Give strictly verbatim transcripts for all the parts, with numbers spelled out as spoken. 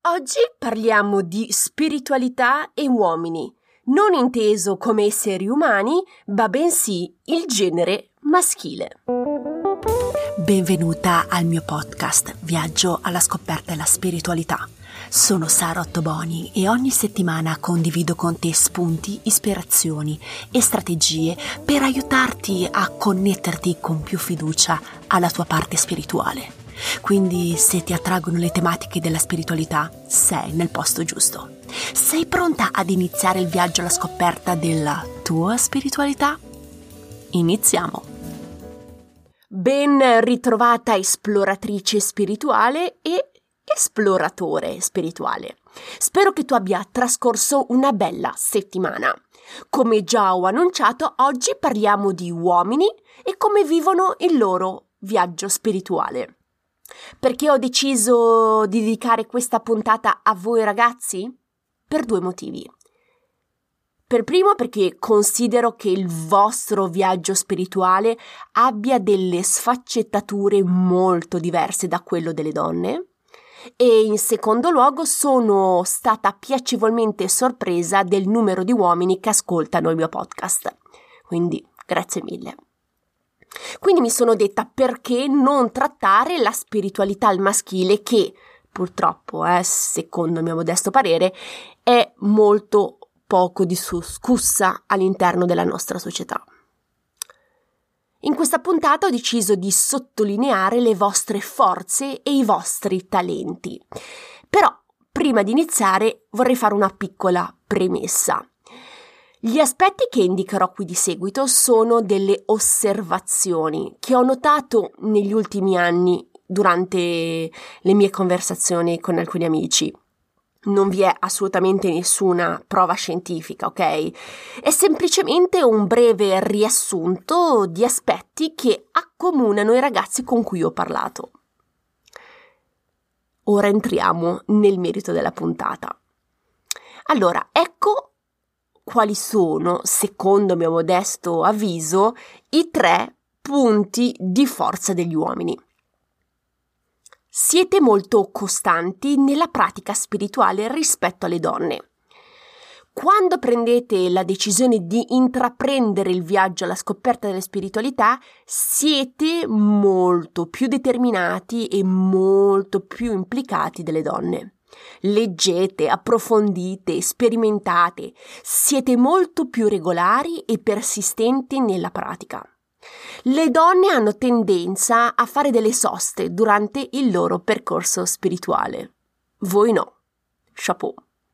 Oggi parliamo di spiritualità e uomini, non inteso come esseri umani, ma bensì il genere maschile. Benvenuta al mio podcast Viaggio alla scoperta della spiritualità. Sono Sara Ottoboni e ogni settimana condivido con te spunti, ispirazioni e strategie per aiutarti a connetterti con più fiducia alla tua parte spirituale. Quindi se ti attraggono le tematiche della spiritualità, sei nel posto giusto. Sei pronta ad iniziare il viaggio alla scoperta della tua spiritualità? Iniziamo! Ben ritrovata esploratrice spirituale e esploratore spirituale. Spero che tu abbia trascorso una bella settimana. Come già ho annunciato, oggi parliamo di uomini e come vivono il loro viaggio spirituale. Perché ho deciso di dedicare questa puntata a voi ragazzi? Per due motivi. Per primo perché considero che il vostro viaggio spirituale abbia delle sfaccettature molto diverse da quello delle donne e in secondo luogo sono stata piacevolmente sorpresa del numero di uomini che ascoltano il mio podcast. Quindi grazie mille. Quindi mi sono detta perché non trattare la spiritualità al maschile che purtroppo, eh, secondo il mio modesto parere, è molto poco discussa all'interno della nostra società. In questa puntata ho deciso di sottolineare le vostre forze e i vostri talenti. Però, prima di iniziare, vorrei fare una piccola premessa. Gli aspetti che indicherò qui di seguito sono delle osservazioni che ho notato negli ultimi anni durante le mie conversazioni con alcuni amici. Non vi è assolutamente nessuna prova scientifica, ok? È semplicemente un breve riassunto di aspetti che accomunano i ragazzi con cui ho parlato. Ora entriamo nel merito della puntata. Allora, ecco quali sono, secondo mio modesto avviso, i tre punti di forza degli uomini. Siete molto costanti nella pratica spirituale rispetto alle donne. Quando prendete la decisione di intraprendere il viaggio alla scoperta della spiritualità, siete molto più determinati e molto più implicati delle donne. Leggete, approfondite, sperimentate, siete molto più regolari e persistenti nella pratica. Le donne hanno tendenza a fare delle soste durante il loro percorso spirituale. Voi no. Chapeau.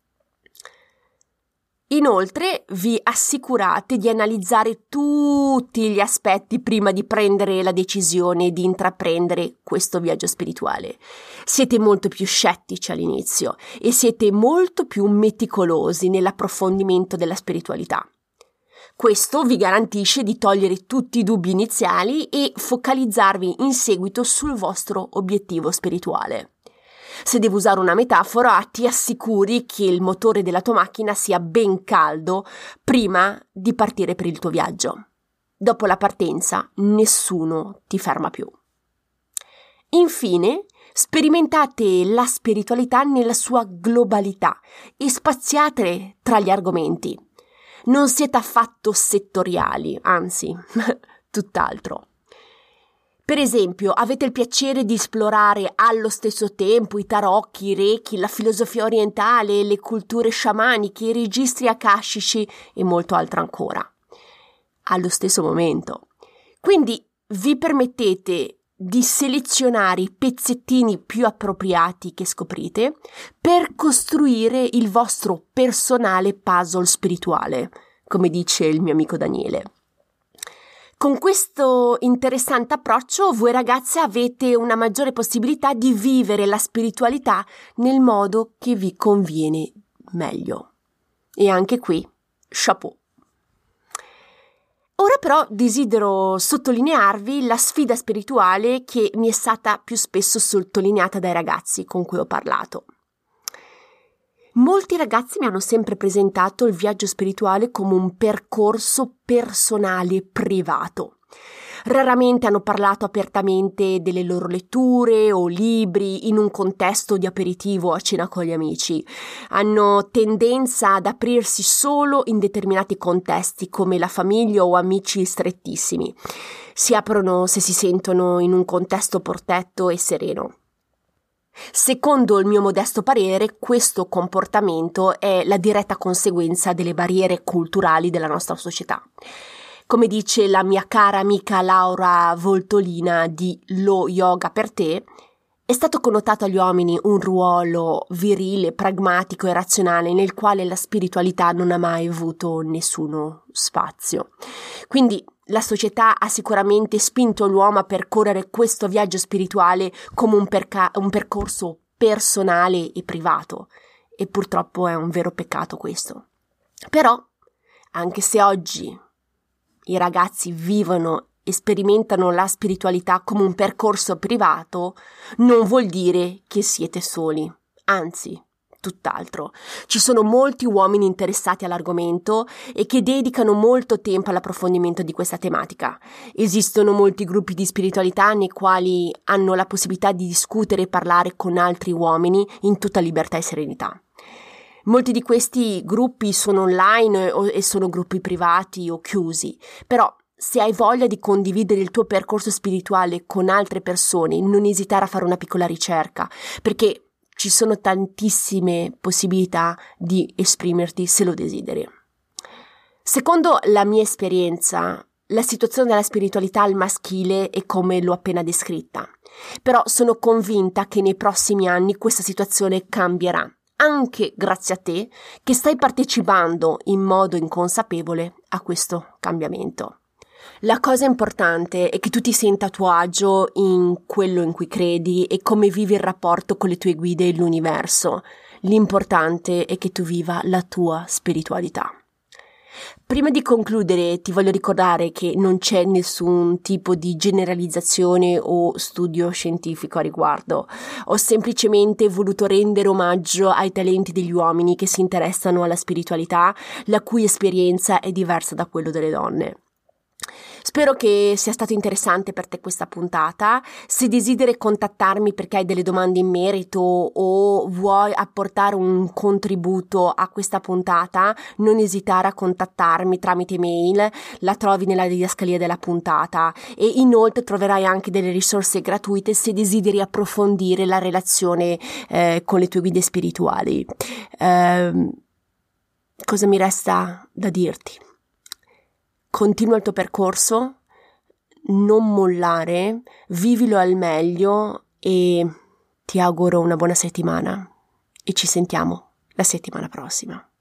Inoltre vi assicurate di analizzare tutti gli aspetti prima di prendere la decisione di intraprendere questo viaggio spirituale. Siete molto più scettici all'inizio e siete molto più meticolosi nell'approfondimento della spiritualità. Questo vi garantisce di togliere tutti i dubbi iniziali e focalizzarvi in seguito sul vostro obiettivo spirituale. Se devo usare una metafora, ti assicuri che il motore della tua macchina sia ben caldo prima di partire per il tuo viaggio. Dopo la partenza, nessuno ti ferma più. Infine, sperimentate la spiritualità nella sua globalità e spaziate tra gli argomenti. Non siete affatto settoriali, anzi, tutt'altro. Per esempio, avete il piacere di esplorare allo stesso tempo i tarocchi, i reiki, la filosofia orientale, le culture sciamaniche, i registri akashici e molto altro ancora. Allo stesso momento. Quindi vi permettete di selezionare i pezzettini più appropriati che scoprite per costruire il vostro personale puzzle spirituale, come dice il mio amico Daniele. Con questo interessante approccio voi ragazze avete una maggiore possibilità di vivere la spiritualità nel modo che vi conviene meglio. E anche qui, chapeau. Ora però desidero sottolinearvi la sfida spirituale che mi è stata più spesso sottolineata dai ragazzi con cui ho parlato. Molti ragazzi mi hanno sempre presentato il viaggio spirituale come un percorso personale privato. Raramente hanno parlato apertamente delle loro letture o libri in un contesto di aperitivo a cena con gli amici. Hanno tendenza ad aprirsi solo in determinati contesti come la famiglia o amici strettissimi. Si aprono se si sentono in un contesto protetto e sereno. Secondo il mio modesto parere, questo comportamento è la diretta conseguenza delle barriere culturali della nostra società. Come dice la mia cara amica Laura Voltolina di Lo Yoga per te, è stato connotato agli uomini un ruolo virile, pragmatico e razionale nel quale la spiritualità non ha mai avuto nessuno spazio. Quindi la società ha sicuramente spinto l'uomo a percorrere questo viaggio spirituale come un, perca- un percorso personale e privato, e purtroppo è un vero peccato questo. Però, anche se oggi i ragazzi vivono e sperimentano la spiritualità come un percorso privato, non vuol dire che siete soli, anzi, tutt'altro. Ci sono molti uomini interessati all'argomento e che dedicano molto tempo all'approfondimento di questa tematica. Esistono molti gruppi di spiritualità nei quali hanno la possibilità di discutere e parlare con altri uomini in tutta libertà e serenità. Molti di questi gruppi sono online e sono gruppi privati o chiusi, però se hai voglia di condividere il tuo percorso spirituale con altre persone, non esitare a fare una piccola ricerca, perché ci sono tantissime possibilità di esprimerti se lo desideri. Secondo la mia esperienza, la situazione della spiritualità al maschile è come l'ho appena descritta, però sono convinta che nei prossimi anni questa situazione cambierà, anche grazie a te che stai partecipando in modo inconsapevole a questo cambiamento. La cosa importante è che tu ti senta a tuo agio in quello in cui credi e come vivi il rapporto con le tue guide e l'universo. L'importante è che tu viva la tua spiritualità. Prima di concludere ti voglio ricordare che non c'è nessun tipo di generalizzazione o studio scientifico a riguardo. Ho semplicemente voluto rendere omaggio ai talenti degli uomini che si interessano alla spiritualità, la cui esperienza è diversa da quello delle donne. Spero che sia stato interessante per te questa puntata. Se desideri contattarmi perché hai delle domande in merito o vuoi apportare un contributo a questa puntata, non esitare a contattarmi tramite mail, la trovi nella didascalia della puntata, e inoltre troverai anche delle risorse gratuite se desideri approfondire la relazione eh, con le tue guide spirituali. Eh, cosa mi resta da dirti? Continua il tuo percorso, non mollare, vivilo al meglio e ti auguro una buona settimana e ci sentiamo la settimana prossima.